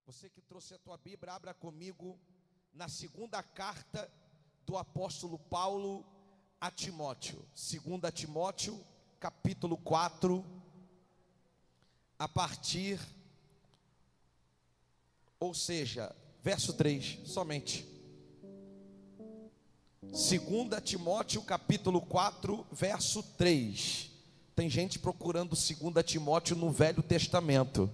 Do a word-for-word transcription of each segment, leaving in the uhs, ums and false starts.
Você que trouxe a tua Bíblia, abra comigo na segunda carta do apóstolo Paulo a Timóteo. Segunda Timóteo, capítulo quatro, a partir, ou seja, verso três, somente. Segunda Timóteo, capítulo quatro, verso três. Tem gente procurando Segunda Timóteo no Velho Testamento.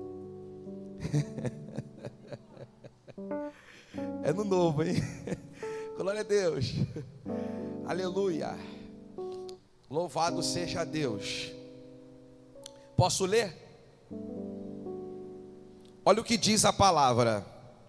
É no novo, hein? Glória a Deus. Aleluia. Louvado seja Deus. Posso ler? Olha o que diz a palavra.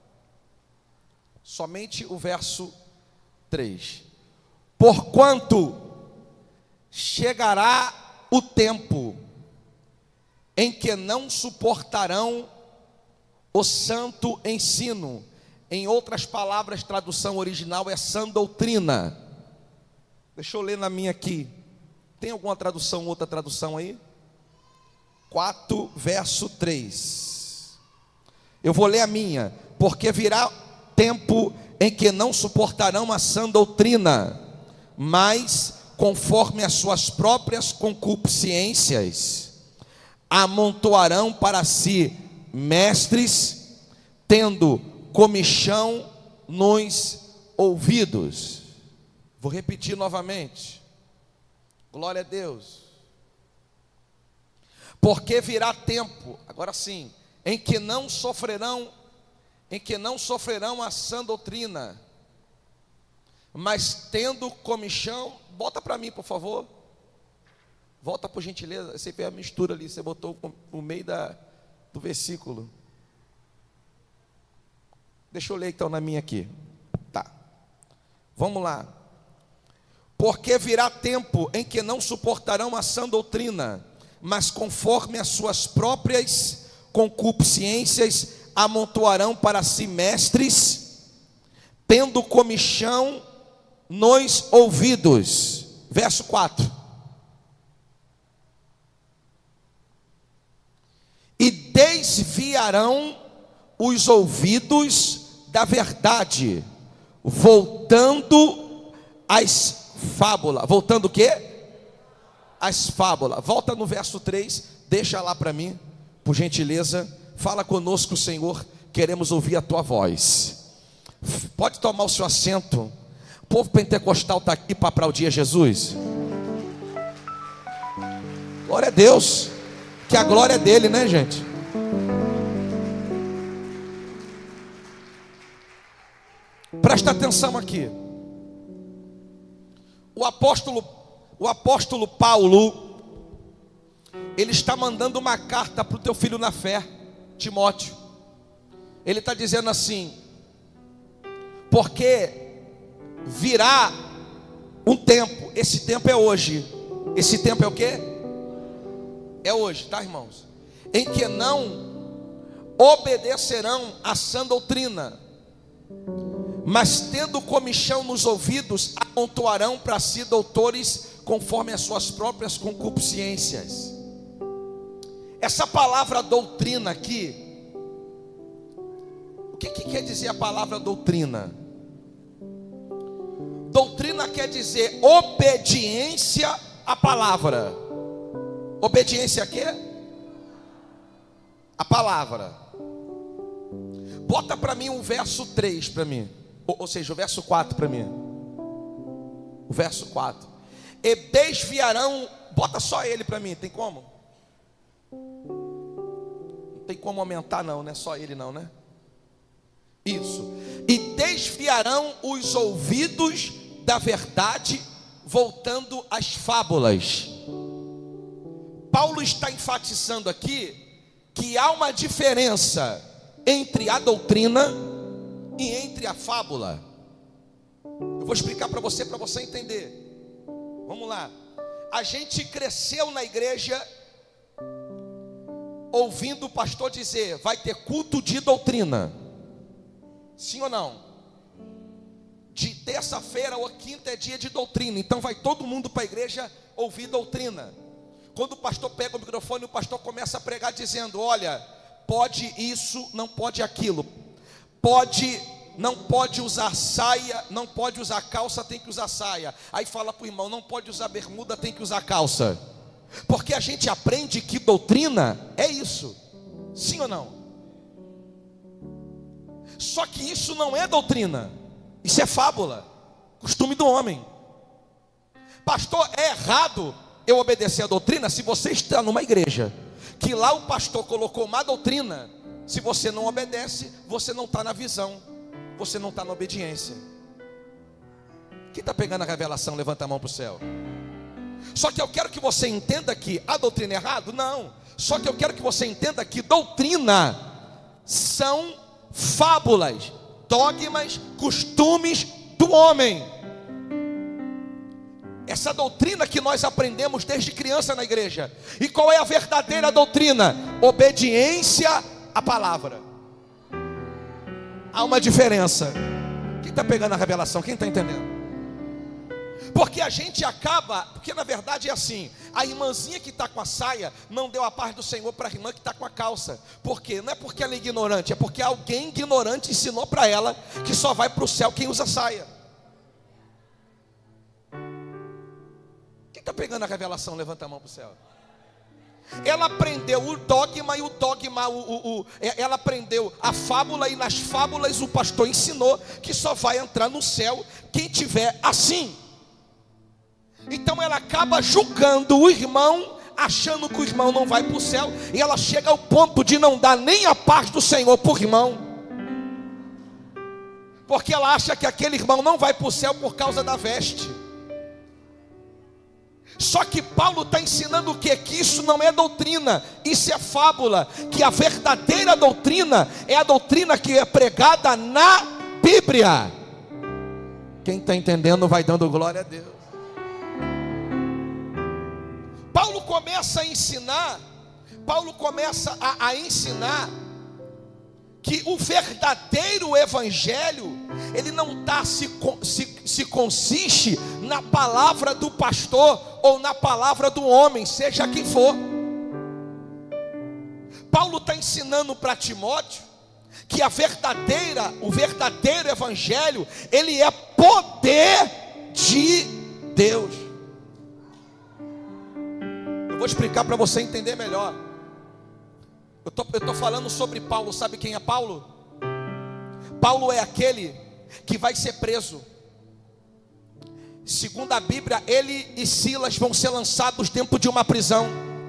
Somente o verso três. Porquanto chegará o tempo em que não suportarão o santo ensino. Em outras palavras, tradução original é sã doutrina. Deixa eu ler na minha aqui. Tem alguma tradução, outra tradução aí? quatro, verso três. Eu vou ler a minha. Porque virá tempo em que não suportarão a sã doutrina, mas, conforme as suas próprias concupiscências, amontoarão para si mestres, tendo comichão nos ouvidos. Vou repetir novamente. Glória a Deus. Porque virá tempo, agora sim, em que não sofrerão, em que não sofrerão a sã doutrina, mas tendo comichão, bota para mim, por favor. Volta por gentileza. Você fez a mistura ali, você botou no meio da, do versículo. Deixa eu ler então na minha aqui. Tá. Vamos lá. Porque virá tempo em que não suportarão a sã doutrina, mas conforme as suas próprias concupiscências amontoarão para si mestres, tendo comichão nos ouvidos. Verso quatro. E desviarão os ouvidos da verdade, voltando às fábulas. Voltando o quê? Às fábulas. Volta no verso três, deixa lá para mim, por gentileza. Fala conosco, Senhor, queremos ouvir a tua voz. Pode tomar o seu assento. O povo pentecostal está aqui para aplaudir Jesus. Glória a Deus. Que a glória é dele, né, gente? Presta atenção aqui. O apóstolo, o apóstolo Paulo, ele está mandando uma carta para o teu filho na fé, Timóteo. Ele está dizendo assim: porque virá um tempo, esse tempo é hoje. Esse tempo é o quê? É hoje, tá, irmãos? Em que não obedecerão à sã doutrina, mas tendo comichão nos ouvidos, amontoarão para si doutores conforme as suas próprias concupiscências. Essa palavra doutrina aqui, o que, que quer dizer a palavra doutrina? Doutrina quer dizer obediência à palavra. Obediência a quê? A palavra. Bota para mim o verso três para mim. Ou, ou seja, o verso quatro para mim. O verso quatro. E desviarão. Bota só ele para mim, tem como? Não tem como aumentar não, não é só ele não, né? Isso. E desviarão os ouvidos da verdade, voltando às fábulas. Paulo está enfatizando aqui que há uma diferença entre a doutrina e entre a fábula. Eu vou explicar para você, para você entender. Vamos lá. A gente cresceu na igreja ouvindo o pastor dizer: vai ter culto de doutrina. Sim ou não? De terça-feira ou quinta é dia de doutrina, então vai todo mundo para a igreja ouvir doutrina. Quando o pastor pega o microfone, o pastor começa a pregar dizendo: olha, pode isso, não pode aquilo, pode, não pode usar saia, não pode usar calça, tem que usar saia. Aí fala para o irmão, não pode usar bermuda, tem que usar calça. Porque a gente aprende que doutrina é isso, sim ou não? Só que isso não é doutrina, isso é fábula, costume do homem. Pastor, é errado eu obedecer a doutrina? Se você está numa igreja que lá o pastor colocou uma doutrina, se você não obedece, você não está na visão, você não está na obediência. Quem está pegando a revelação, levanta a mão para o céu. Só que eu quero que você entenda que a doutrina é errado? Não. Só que eu quero que você entenda que doutrina são fábulas, dogmas, costumes do homem. Essa doutrina que nós aprendemos desde criança na igreja. E qual é a verdadeira doutrina? Obediência à palavra. Há uma diferença. Quem está pegando a revelação? Quem está entendendo? Porque a gente acaba, porque na verdade é assim, a irmãzinha que está com a saia não deu a paz do Senhor para a irmã que está com a calça. Por quê? Não é porque ela é ignorante, é porque alguém ignorante ensinou para ela que só vai para o céu quem usa saia. Quem está pegando a revelação, levanta a mão para o céu. Ela aprendeu o dogma e o dogma, o, o, o, ela aprendeu a fábula, e nas fábulas o pastor ensinou que só vai entrar no céu quem tiver assim. Então ela acaba julgando o irmão, achando que o irmão não vai para o céu, e ela chega ao ponto de não dar nem a paz do Senhor para o irmão, porque ela acha que aquele irmão não vai para o céu por causa da veste. Só que Paulo está ensinando o quê? Que isso não é doutrina, isso é fábula. Que a verdadeira doutrina é a doutrina que é pregada na Bíblia. Quem está entendendo vai dando glória a Deus. Paulo começa a ensinar, Paulo começa a, a ensinar que o verdadeiro evangelho, ele não tá, se, se, se consiste na palavra do pastor ou na palavra do homem, seja quem for. Paulo está ensinando para Timóteo que a verdadeira, o verdadeiro evangelho, ele é poder de Deus. Eu vou explicar para você entender melhor. Eu tô, eu tô falando sobre Paulo. Sabe quem é Paulo? Paulo é aquele que vai ser preso. Segundo a Bíblia, ele e Silas vão ser lançados dentro de uma prisão.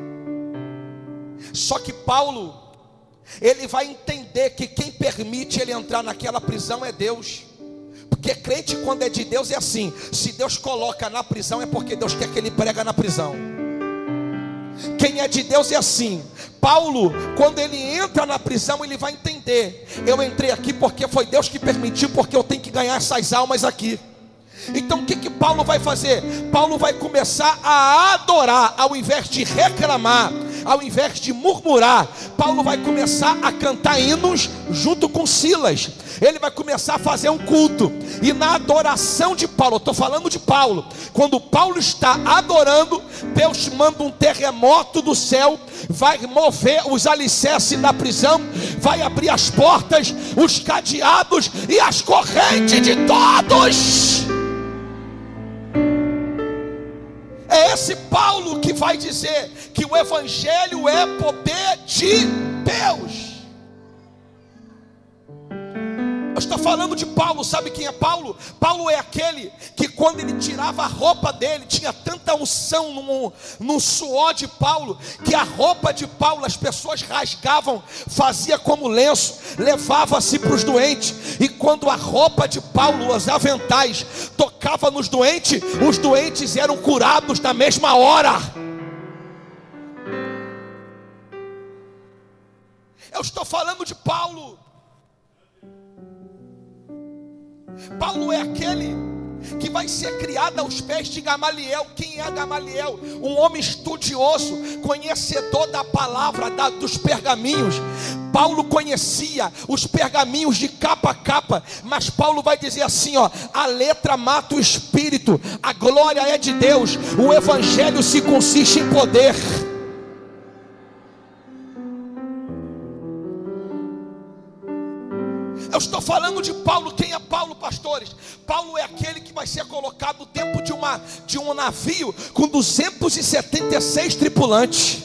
Só que Paulo, ele vai entender que quem permite ele entrar naquela prisão é Deus. Porque crente, quando é de Deus, é assim: se Deus coloca na prisão, é porque Deus quer que ele prega na prisão. Quem é de Deus é assim. Paulo, quando ele entra na prisão, ele vai entender: eu entrei aqui porque foi Deus que permitiu, porque eu tenho que ganhar essas almas aqui. Então o que que Paulo vai fazer? Paulo vai começar a adorar, ao invés de reclamar, ao invés de murmurar. Paulo vai começar a cantar hinos junto com Silas. Ele vai começar a fazer um culto. E na adoração de Paulo, eu estou falando de Paulo, quando Paulo está adorando, Deus manda um terremoto do céu, vai mover os alicerces da prisão, vai abrir as portas, os cadeados e as correntes de todos. É esse Paulo que vai dizer que o evangelho é poder de Deus. Eu estou falando de Paulo. Sabe quem é Paulo? Paulo é aquele que quando ele tirava a roupa dele, tinha tanta unção no, no suor de Paulo, que a roupa de Paulo as pessoas rasgavam, fazia como lenço, levava-se para os doentes. E quando a roupa de Paulo, os aventais, tocava nos doentes, os doentes eram curados na mesma hora. Eu estou falando de Paulo. Paulo é aquele que vai ser criado aos pés de Gamaliel. Quem é Gamaliel? Um homem estudioso, conhecedor da palavra, da, dos pergaminhos. Paulo conhecia os pergaminhos de capa a capa, mas Paulo vai dizer assim, ó: a letra mata o espírito, a glória é de Deus, o evangelho se consiste em poder. Eu estou falando de Paulo. Quem é Paulo, pastores? Paulo é aquele que vai ser colocado dentro de, uma, de um navio com duzentos e setenta e seis tripulantes.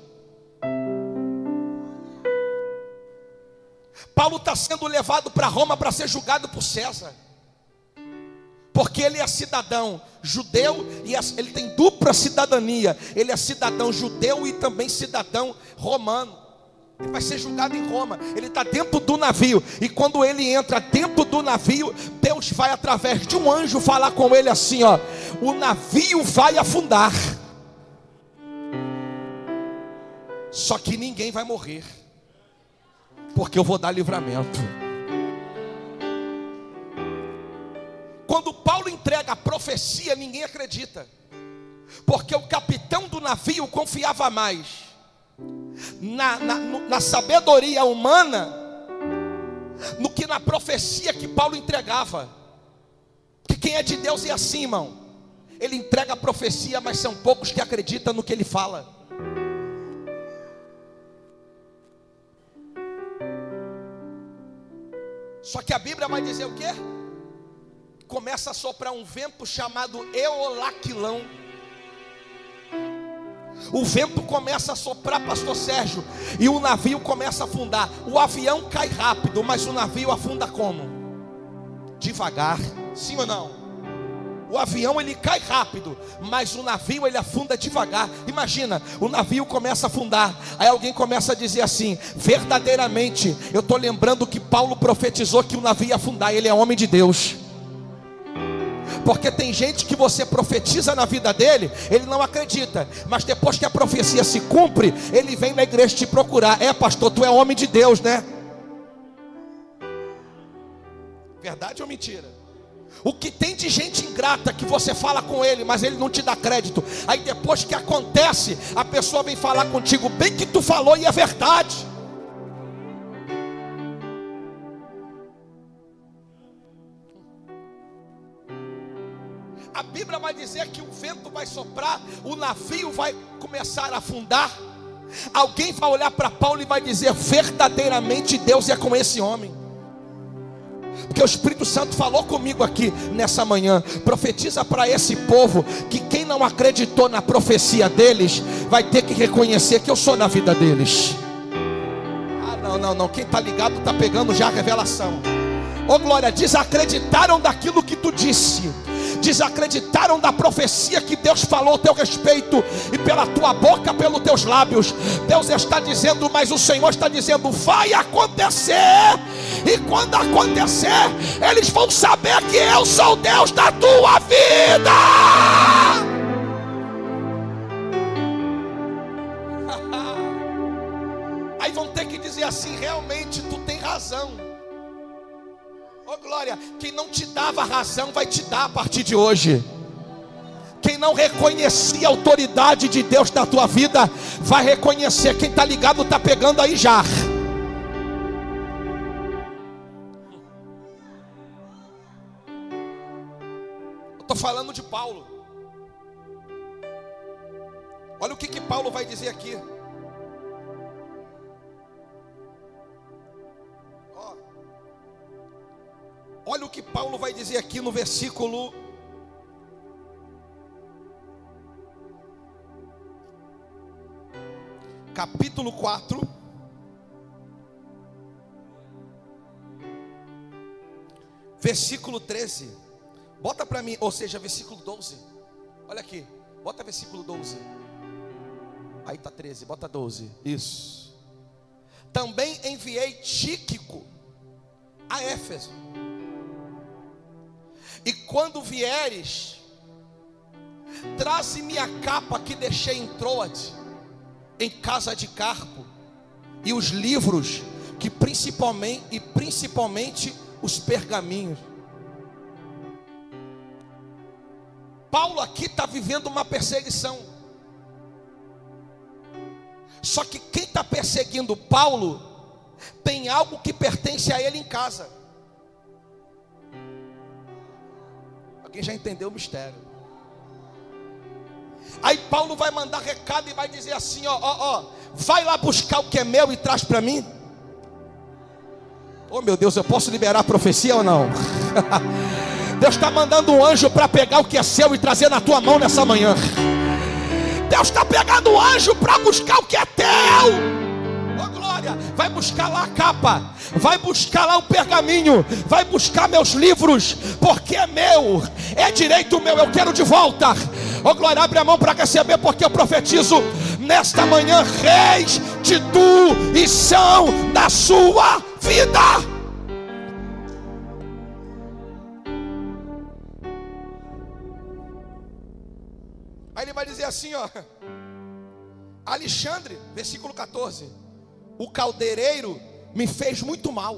Paulo está sendo levado para Roma para ser julgado por César, porque ele é cidadão judeu e ele tem dupla cidadania. Ele é cidadão judeu e também cidadão romano. Ele vai ser julgado em Roma. Ele está dentro do navio. E quando ele entra dentro do navio, Deus vai através de um anjo falar com ele assim, ó: o navio vai afundar, só que ninguém vai morrer, porque eu vou dar livramento. Quando Paulo entrega a profecia, ninguém acredita, porque o capitão do navio confiava mais na, na, na sabedoria humana no que na profecia que Paulo entregava. Porque quem é de Deus é assim, irmão. Ele entrega a profecia, mas são poucos que acreditam no que ele fala. Só que a Bíblia vai dizer o quê? Começa a soprar um vento chamado Eolaquilão. O vento começa a soprar, pastor Sérgio, e o navio começa a afundar. O avião cai rápido, mas o navio afunda como? Devagar, sim ou não? O avião ele cai rápido, mas o navio ele afunda devagar. Imagina, o navio começa a afundar. Aí alguém começa a dizer assim: verdadeiramente, eu estou lembrando que Paulo profetizou que o navio ia afundar. Ele é homem de Deus. Porque tem gente que você profetiza na vida dele, ele não acredita, mas depois que a profecia se cumpre, ele vem na igreja te procurar. É, pastor, tu é homem de Deus, né? Verdade ou mentira? O que tem de gente ingrata que você fala com ele, mas ele não te dá crédito. Aí depois que acontece, a pessoa vem falar contigo bem que tu falou e é verdade. A Bíblia vai dizer que o vento vai soprar, o navio vai começar a afundar. Alguém vai olhar para Paulo e vai dizer: verdadeiramente Deus é com esse homem. Porque o Espírito Santo falou comigo aqui nessa manhã. Profetiza para esse povo que quem não acreditou na profecia deles vai ter que reconhecer que eu sou na vida deles. Ah, não, não, não. Quem está ligado está pegando já a revelação. Ô glória, desacreditaram daquilo que tu disse, desacreditaram da profecia que Deus falou a teu respeito, e pela tua boca, pelos teus lábios, Deus está dizendo, mas o Senhor está dizendo: vai acontecer, e quando acontecer, eles vão saber que eu sou o Deus da tua vida. Aí vão ter que dizer assim: realmente tu tem razão. Oh glória, quem não te dava razão vai te dar a partir de hoje. Quem não reconhecia a autoridade de Deus na tua vida vai reconhecer. Quem está ligado está pegando aí já. Eu estou falando de Paulo. Olha o que, que Paulo vai dizer aqui. Olha o que Paulo vai dizer aqui no versículo capítulo quatro, versículo treze. Bota para mim, ou seja, versículo doze. Olha aqui, bota versículo doze. Aí está treze, bota doze. Isso. Também enviei Tíquico a Éfeso. E quando vieres, traze-me a capa que deixei em Troade, em casa de Carpo, e os livros que principalmente e principalmente os pergaminhos. Paulo aqui está vivendo uma perseguição. Só que quem está perseguindo Paulo tem algo que pertence a ele em casa. Quem já entendeu o mistério? Aí Paulo vai mandar recado e vai dizer assim: ó, ó, ó, vai lá buscar o que é meu e traz para mim. Oh meu Deus, eu posso liberar a profecia ou não? Deus está mandando um anjo para pegar o que é seu e trazer na tua mão nessa manhã. Deus está pegando o anjo para buscar o que é teu. Oh glória, vai buscar lá a capa, vai buscar lá o pergaminho, vai buscar meus livros, porque é meu, é direito meu, eu quero de volta. Oh glória, abre a mão para receber, porque eu profetizo nesta manhã reis, tituição na sua vida. Aí ele vai dizer assim, ó, Alexandre, versículo quatorze, o caldeireiro me fez muito mal.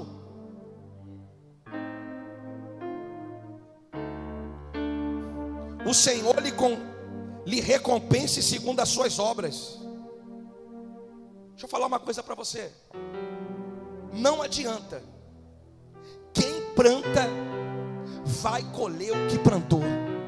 O Senhor lhe, com, lhe recompense segundo as suas obras. Deixa eu falar uma coisa para você. Não adianta. Quem planta vai colher o que plantou.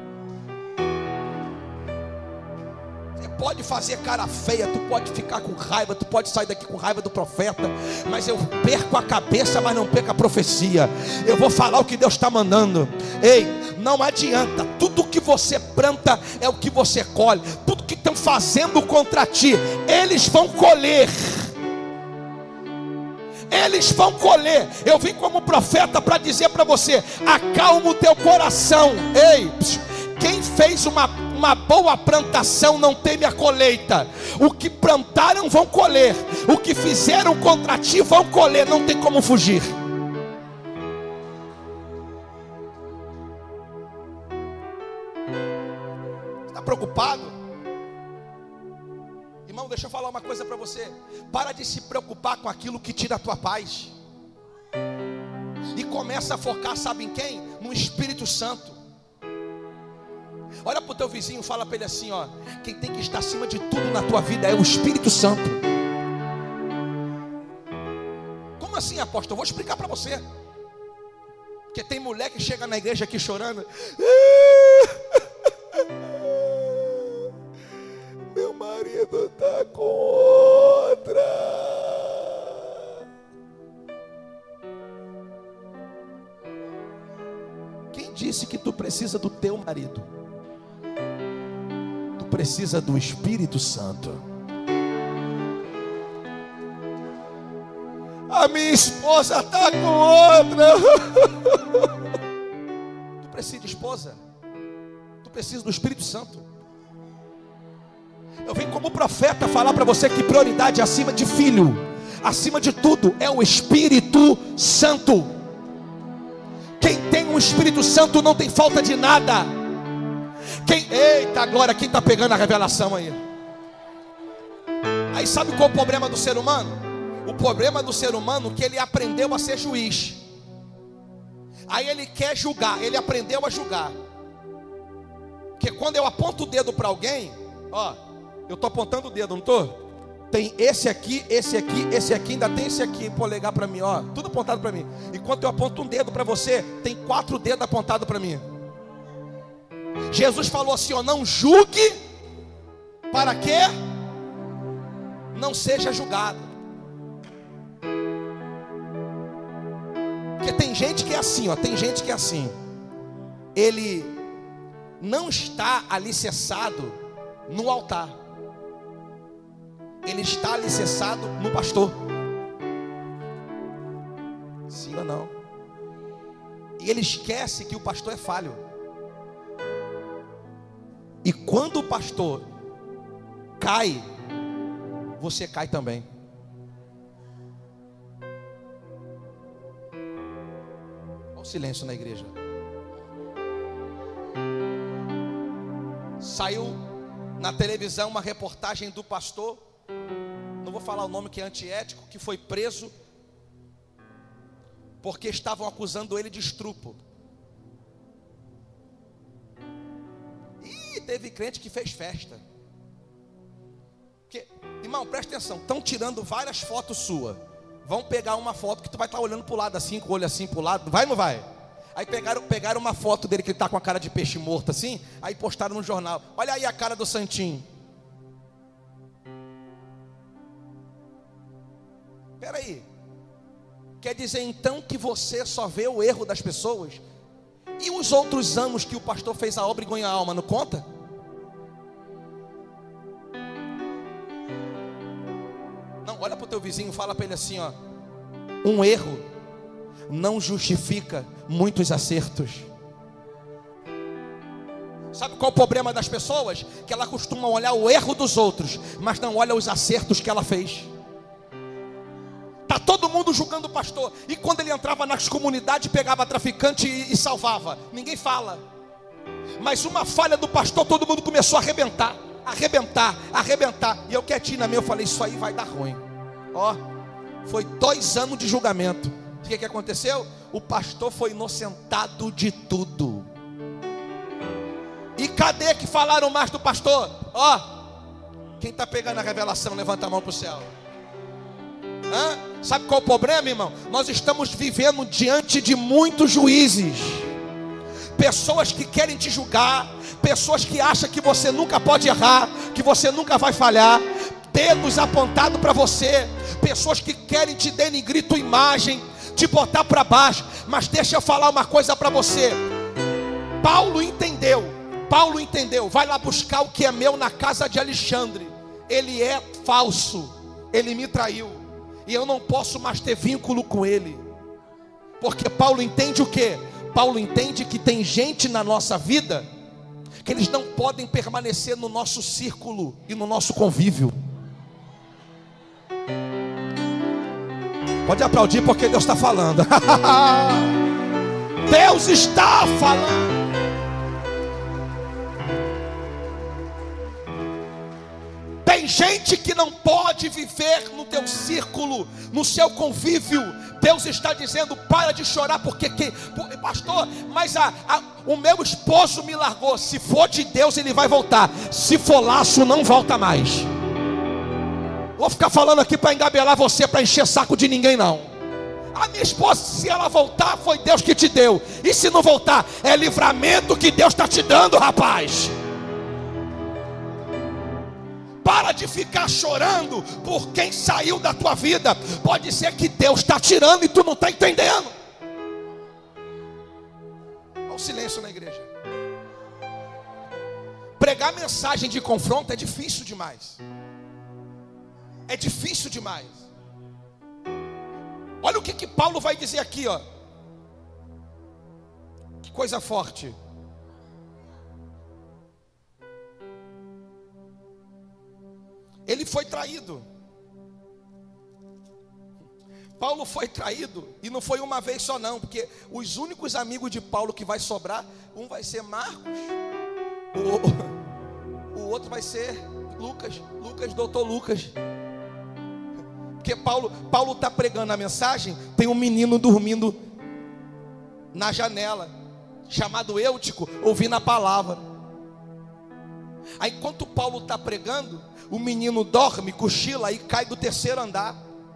Pode fazer cara feia, tu pode ficar com raiva, tu pode sair daqui com raiva do profeta, mas eu perco a cabeça, mas não perco a profecia. Eu vou falar o que Deus está mandando. Ei, não adianta, tudo que você planta é o que você colhe. Tudo que estão fazendo contra ti, eles vão colher. Eles vão colher. Eu vim como profeta para dizer para você: acalma o teu coração. Ei, quem fez uma Uma boa plantação não teme a colheita. O que plantaram vão colher. O que fizeram contra ti vão colher. Não tem como fugir. Está preocupado? Irmão, deixa eu falar uma coisa para você. Para de se preocupar com aquilo que tira a tua paz. E começa a focar, sabe em quem? No Espírito Santo. Olha para o teu vizinho, fala para ele assim, ó: quem tem que estar acima de tudo na tua vida é o Espírito Santo. Como assim, apóstolo? Eu vou explicar para você. Porque tem mulher que chega na igreja aqui chorando. Meu marido está com outra. Quem disse que tu precisa do teu marido? Precisa do Espírito Santo. A minha esposa está com outra. Tu precisa de esposa? Tu precisa do Espírito Santo. Eu venho como profeta falar para você que prioridade acima de filho, acima de tudo, é o Espírito Santo. Quem tem o Espírito Santo não tem falta de nada. Quem, eita glória, quem está pegando a revelação aí? Aí sabe qual é o problema do ser humano? O problema do ser humano é que ele aprendeu a ser juiz. Aí ele quer julgar, ele aprendeu a julgar. Porque quando eu aponto o dedo para alguém, ó, eu estou apontando o dedo, não estou? Tem esse aqui, esse aqui, esse aqui, ainda tem esse aqui, polegar para mim, ó, tudo apontado para mim. Enquanto eu aponto um dedo para você, tem quatro dedos apontados para mim. Jesus falou assim, ó: não julgue, para que não seja julgado. Porque tem gente que é assim, ó, tem gente que é assim. Ele não está alicerçado no altar. Ele está alicerçado no pastor. Sim ou não? E ele esquece que o pastor é falho. E quando o pastor cai, você cai também. Olha o silêncio na igreja. Saiu na televisão uma reportagem do pastor, não vou falar o nome que é antiético, que foi preso porque estavam acusando ele de estupro. E teve crente que fez festa. Porque, irmão, presta atenção, estão tirando várias fotos suas. Vão pegar uma foto que tu vai estar olhando para o lado assim, com o olho assim para o lado. Vai ou não vai? Aí pegaram, pegaram uma foto dele que ele está com a cara de peixe morto assim. Aí postaram no jornal. Olha aí a cara do santinho. Espera aí. Quer dizer então que você só vê o erro das pessoas? E os outros anos que o pastor fez a obra e ganhou a alma, não conta? Não, olha para o teu vizinho, fala para ele assim, ó: um erro não justifica muitos acertos. Sabe qual é o problema das pessoas? Que ela costuma olhar o erro dos outros, mas não olha os acertos que ela fez. Está todo mundo julgando o pastor, e quando ele entrava nas comunidades, pegava traficante e, e salvava. Ninguém fala. Mas uma falha do pastor, todo mundo começou a arrebentar, arrebentar, arrebentar. E eu quietinho na minha, eu falei: isso aí vai dar ruim. Ó, foi dois anos de julgamento. O que, que aconteceu? O pastor foi inocentado de tudo. E cadê que falaram mais do pastor? Ó, quem está pegando a revelação, levanta a mão para o céu. Hã? Sabe qual é o problema, irmão? Nós estamos vivendo diante de muitos juízes, pessoas que querem te julgar, pessoas que acham que você nunca pode errar, que você nunca vai falhar, dedos apontados para você, pessoas que querem te denigrir tua imagem, te botar para baixo. Mas deixa eu falar uma coisa para você. Paulo entendeu, Paulo entendeu, vai lá buscar o que é meu na casa de Alexandre. Ele é falso, ele me traiu, e eu não posso mais ter vínculo com ele. Porque Paulo entende o quê? Paulo entende que tem gente na nossa vida que eles não podem permanecer no nosso círculo e no nosso convívio. Pode aplaudir, porque Deus está falando. Deus está falando. Tem gente que não pode viver no teu círculo, no seu convívio. Deus está dizendo: para de chorar, porque que, pastor, mas a, a, o meu esposo me largou. Se for de Deus, ele vai voltar. Se for laço, não volta mais. Vou ficar falando aqui para engabelar você, para encher saco de ninguém não. A minha esposa, se ela voltar, foi Deus que te deu. E se não voltar, é livramento que Deus está te dando, rapaz. Para de ficar chorando por quem saiu da tua vida. Pode ser que Deus está tirando e tu não está entendendo. Olha o silêncio na igreja. Pregar mensagem de confronto é difícil demais. É difícil demais. Olha o que, que Paulo vai dizer aqui, ó. Que coisa forte. Ele foi traído. Paulo foi traído, e não foi uma vez só não, porque os únicos amigos de Paulo que vai sobrar, um vai ser Marcos, o, o outro vai ser Lucas, Lucas, doutor Lucas. Porque Paulo Paulo está pregando a mensagem, tem um menino dormindo na janela, chamado Eutico, ouvindo a palavra. Aí enquanto Paulo está pregando, o menino dorme, cochila e cai do terceiro andar.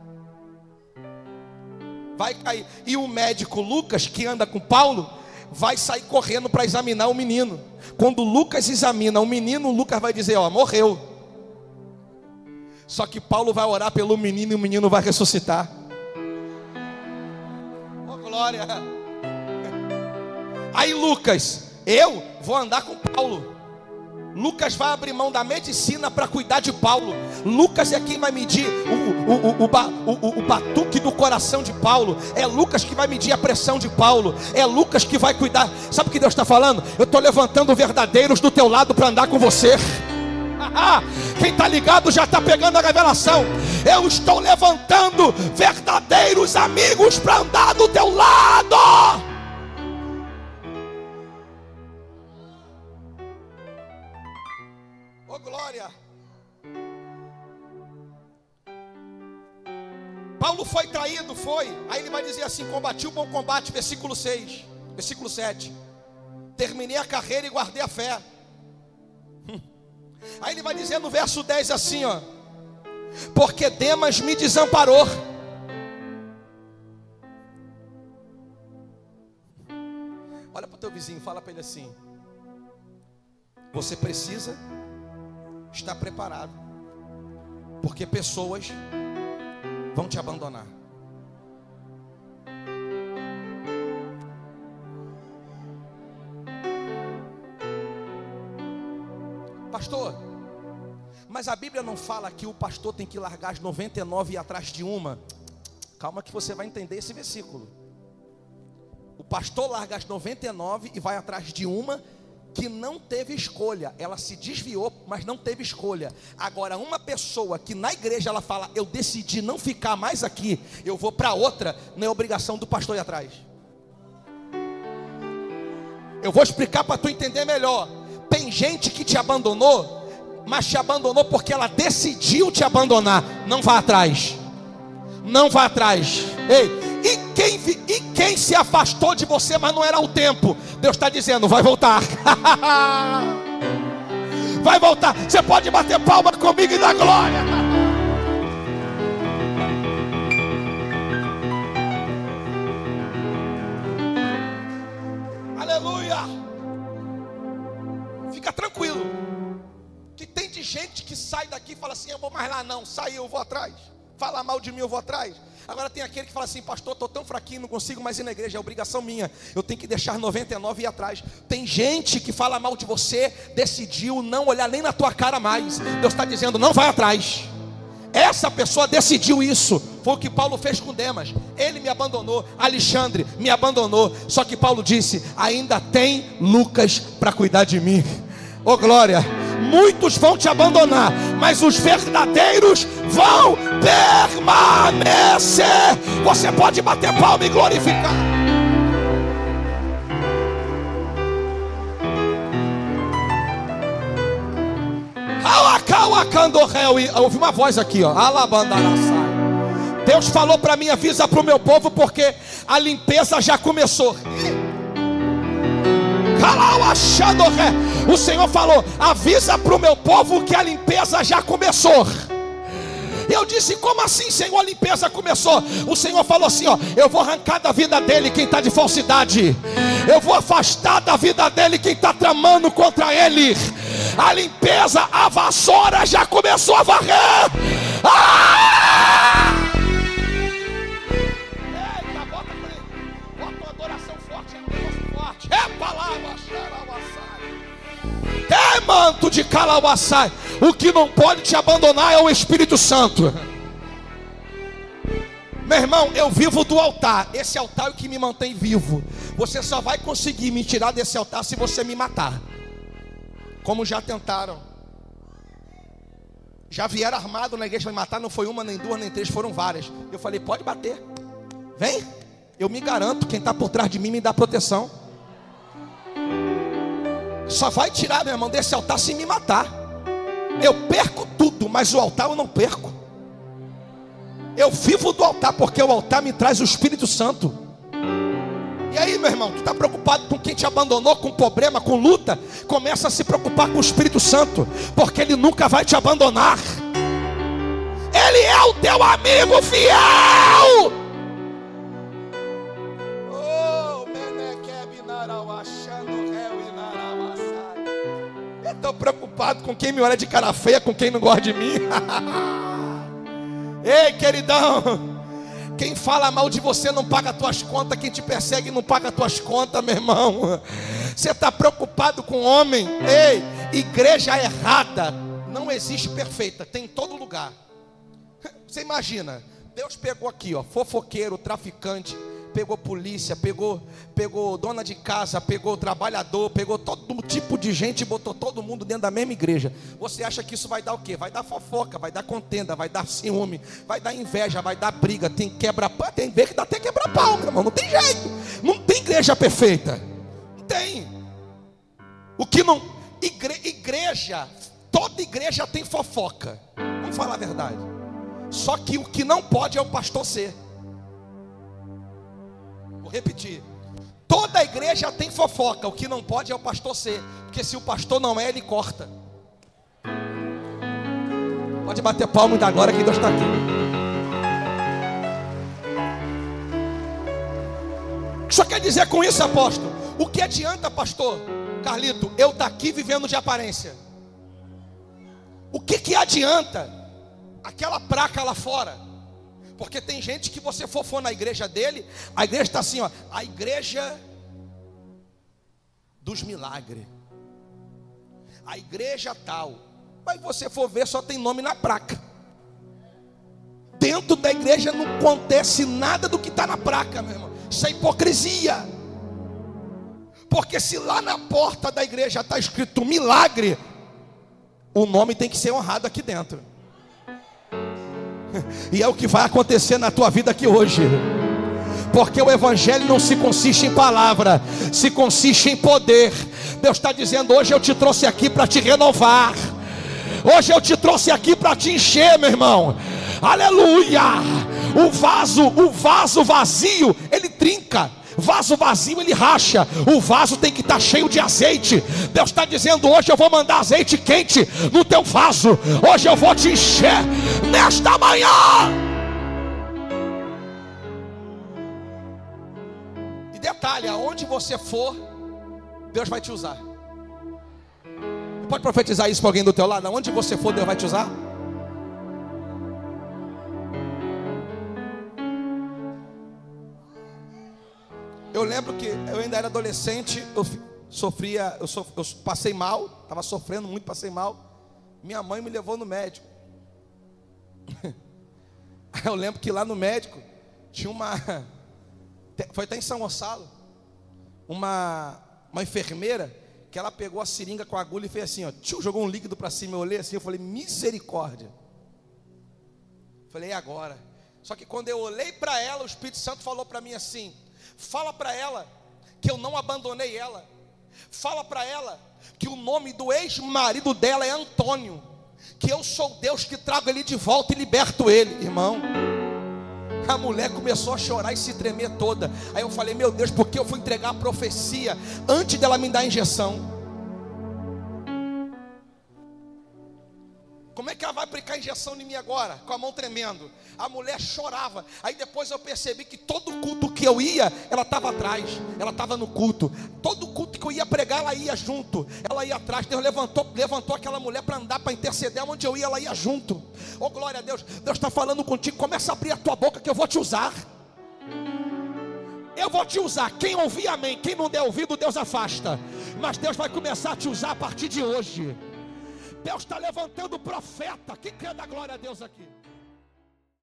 Vai cair. E o médico Lucas, que anda com Paulo, vai sair correndo para examinar o menino. Quando Lucas examina o menino, Lucas vai dizer: ó, morreu. Só que Paulo vai orar pelo menino e o menino vai ressuscitar. Oh, glória. Aí Lucas: eu vou andar com Paulo. Lucas vai abrir mão da medicina para cuidar de Paulo. Lucas é quem vai medir o, o, o, o, o, o batuque do coração de Paulo. É Lucas que vai medir a pressão de Paulo. É Lucas que vai cuidar. Sabe o que Deus está falando? Eu estou levantando verdadeiros do teu lado para andar com você. Quem está ligado já está pegando a revelação. Eu estou levantando verdadeiros amigos para andar do teu lado. Oh, glória. Paulo foi traído, foi. Aí ele vai dizer assim: combati o bom combate, versículo seis, versículo sete. Terminei a carreira e guardei a fé. Hum. Aí ele vai dizer no verso dez assim, ó: porque Demas me desamparou. Olha para o teu vizinho, fala para ele assim: você precisa estar preparado, porque pessoas vão te abandonar. Pastor, mas a Bíblia não fala que o pastor tem que largar as noventa e nove e ir atrás de uma. Calma que você vai entender esse versículo. O pastor larga as noventa e nove e vai atrás de uma que não teve escolha. Ela se desviou, mas não teve escolha. Agora, uma pessoa que na igreja ela fala, eu decidi não ficar mais aqui, eu vou para outra, não é obrigação do pastor ir atrás. Eu vou explicar para tu entender melhor. Tem gente que te abandonou, mas te abandonou porque ela decidiu te abandonar. Não vá atrás. Não vá atrás. Ei, e quem, e quem se afastou de você, mas não era o tempo? Deus está dizendo, vai voltar. Vai voltar. Você pode bater palma comigo e dar glória. Aleluia. Fica tranquilo, que tem de gente que sai daqui e fala assim, eu vou mais lá não, saiu, eu vou atrás. Fala mal de mim, eu vou atrás. Agora tem aquele que fala assim, pastor, estou tão fraquinho, não consigo mais ir na igreja, é obrigação minha, eu tenho que deixar noventa e nove e ir atrás. Tem gente que fala mal de você, decidiu não olhar nem na tua cara mais. Deus está dizendo, não vai atrás. Essa pessoa decidiu isso. Foi o que Paulo fez com Demas. Ele me abandonou, Alexandre me abandonou. Só que Paulo disse, ainda tem Lucas para cuidar de mim. Oh glória. Muitos vão te abandonar, mas os verdadeiros vão permanecer. Você pode bater palma e glorificar. Eu ouvi uma voz aqui, ó. Deus falou para mim, avisa para o meu povo, porque a limpeza já começou. O Senhor falou, avisa para o meu povo que a limpeza já começou. Eu disse, como assim, Senhor, a limpeza começou? O Senhor falou assim, ó, eu vou arrancar da vida dele quem está de falsidade. Eu vou afastar da vida dele quem está tramando contra ele. A limpeza, a vassoura já começou a varrer. Ah! Eita, bota, bota uma adoração forte, é Deus forte. É palavra, é manto de calauaçai. O que não pode te abandonar é o Espírito Santo. Meu irmão, eu vivo do altar. Esse altar é o que me mantém vivo. Você só vai conseguir me tirar desse altar se você me matar. Como já tentaram. Já vieram armado na igreja para me matar. Não foi uma, nem duas, nem três, foram várias. Eu falei, pode bater. Vem. Eu me garanto, quem está por trás de mim me dá proteção. Só vai tirar, meu irmão, desse altar se me matar. Eu perco tudo, mas o altar eu não perco. Eu vivo do altar, porque o altar me traz o Espírito Santo. E aí, meu irmão, tu está preocupado com quem te abandonou, com problema, com luta? Começa a se preocupar com o Espírito Santo, porque ele nunca vai te abandonar. Ele é o teu amigo fiel. Oh, eu estou preocupado com quem me olha de cara feia, com quem não gosta de mim. Ei, queridão, quem fala mal de você não paga as tuas contas. Quem te persegue não paga as tuas contas, meu irmão. Você está preocupado com homem? Ei, igreja errada não existe perfeita, tem em todo lugar. Você imagina, Deus pegou aqui, ó, fofoqueiro, traficante, pegou polícia, pegou, pegou dona de casa, pegou trabalhador, pegou todo tipo de gente e botou todo mundo dentro da mesma igreja. Você acha que isso vai dar o quê? Vai dar fofoca, vai dar contenda, vai dar ciúme, vai dar inveja, vai dar briga, tem quebra-pau, tem ver que dá até quebra-pau, meu irmão, não tem jeito. Não tem igreja perfeita. Não tem. O que não... Igre, igreja, toda igreja tem fofoca. Vamos falar a verdade. Só que o que não pode é o pastor ser. Vou repetir. Toda igreja tem fofoca. O que não pode é o pastor ser. Porque se o pastor não é, ele corta. Pode bater palma e dar glória que Deus está aqui. Só quer dizer com isso, apóstolo, o que adianta, pastor Carlito, eu estar aqui vivendo de aparência? O que que adianta aquela placa lá fora? Porque tem gente que você for, for na igreja dele, a igreja está assim, ó, a igreja dos milagres. a igreja tal. Mas você for ver, só tem nome na placa. Dentro da igreja não acontece nada do que está na placa, meu irmão. Isso é hipocrisia. Porque se lá na porta da igreja está escrito milagre, o nome tem que ser honrado aqui dentro. E é o que vai acontecer na tua vida aqui hoje. Porque o evangelho não se consiste em palavra, se consiste em poder. Deus está dizendo: hoje eu te trouxe aqui para te renovar. Hoje eu te trouxe aqui para te encher, meu irmão. Aleluia. O vaso, o vaso vazio, ele trinca. Vaso vazio ele racha. O vaso tem que estar cheio de azeite. Deus está dizendo: hoje eu vou mandar azeite quente no teu vaso. Hoje eu vou te encher nesta manhã. E detalhe, aonde você for, Deus vai te usar. Pode profetizar isso para alguém do teu lado? Aonde você for, Deus vai te usar. Eu lembro que eu ainda era adolescente, eu sofria, eu, sof, eu passei mal, estava sofrendo muito, passei mal. Minha mãe me levou no médico. Eu lembro que lá no médico tinha uma, foi até em São Gonçalo, uma, uma enfermeira, que ela pegou a seringa com a agulha e fez assim, ó, tchum, jogou um líquido para cima. Eu olhei assim, eu falei: misericórdia. Falei: e agora? Só que quando eu olhei para ela, o Espírito Santo falou para mim assim: fala para ela que eu não abandonei ela. Fala para ela que o nome do ex-marido dela é Antônio, que eu sou Deus que trago ele de volta e liberto ele. Irmão, a mulher começou a chorar e se tremer toda. Aí eu falei: meu Deus, porque eu fui entregar a profecia antes dela me dar a injeção? Como é que ela vai aplicar a injeção em mim agora? Com a mão tremendo. A mulher chorava. Aí depois eu percebi que todo culto que eu ia, ela estava atrás. Ela estava no culto. Todo culto que eu ia pregar, ela ia junto. Ela ia atrás. Deus levantou, levantou aquela mulher para andar, para interceder. Onde eu ia, ela ia junto. Oh, glória a Deus. Deus está falando contigo. Começa a abrir a tua boca que eu vou te usar. Eu vou te usar. Quem ouvir, amém. Quem não der ouvido, Deus afasta. Mas Deus vai começar a te usar a partir de hoje. Deus está levantando profeta. Quem quer dar glória a Deus aqui?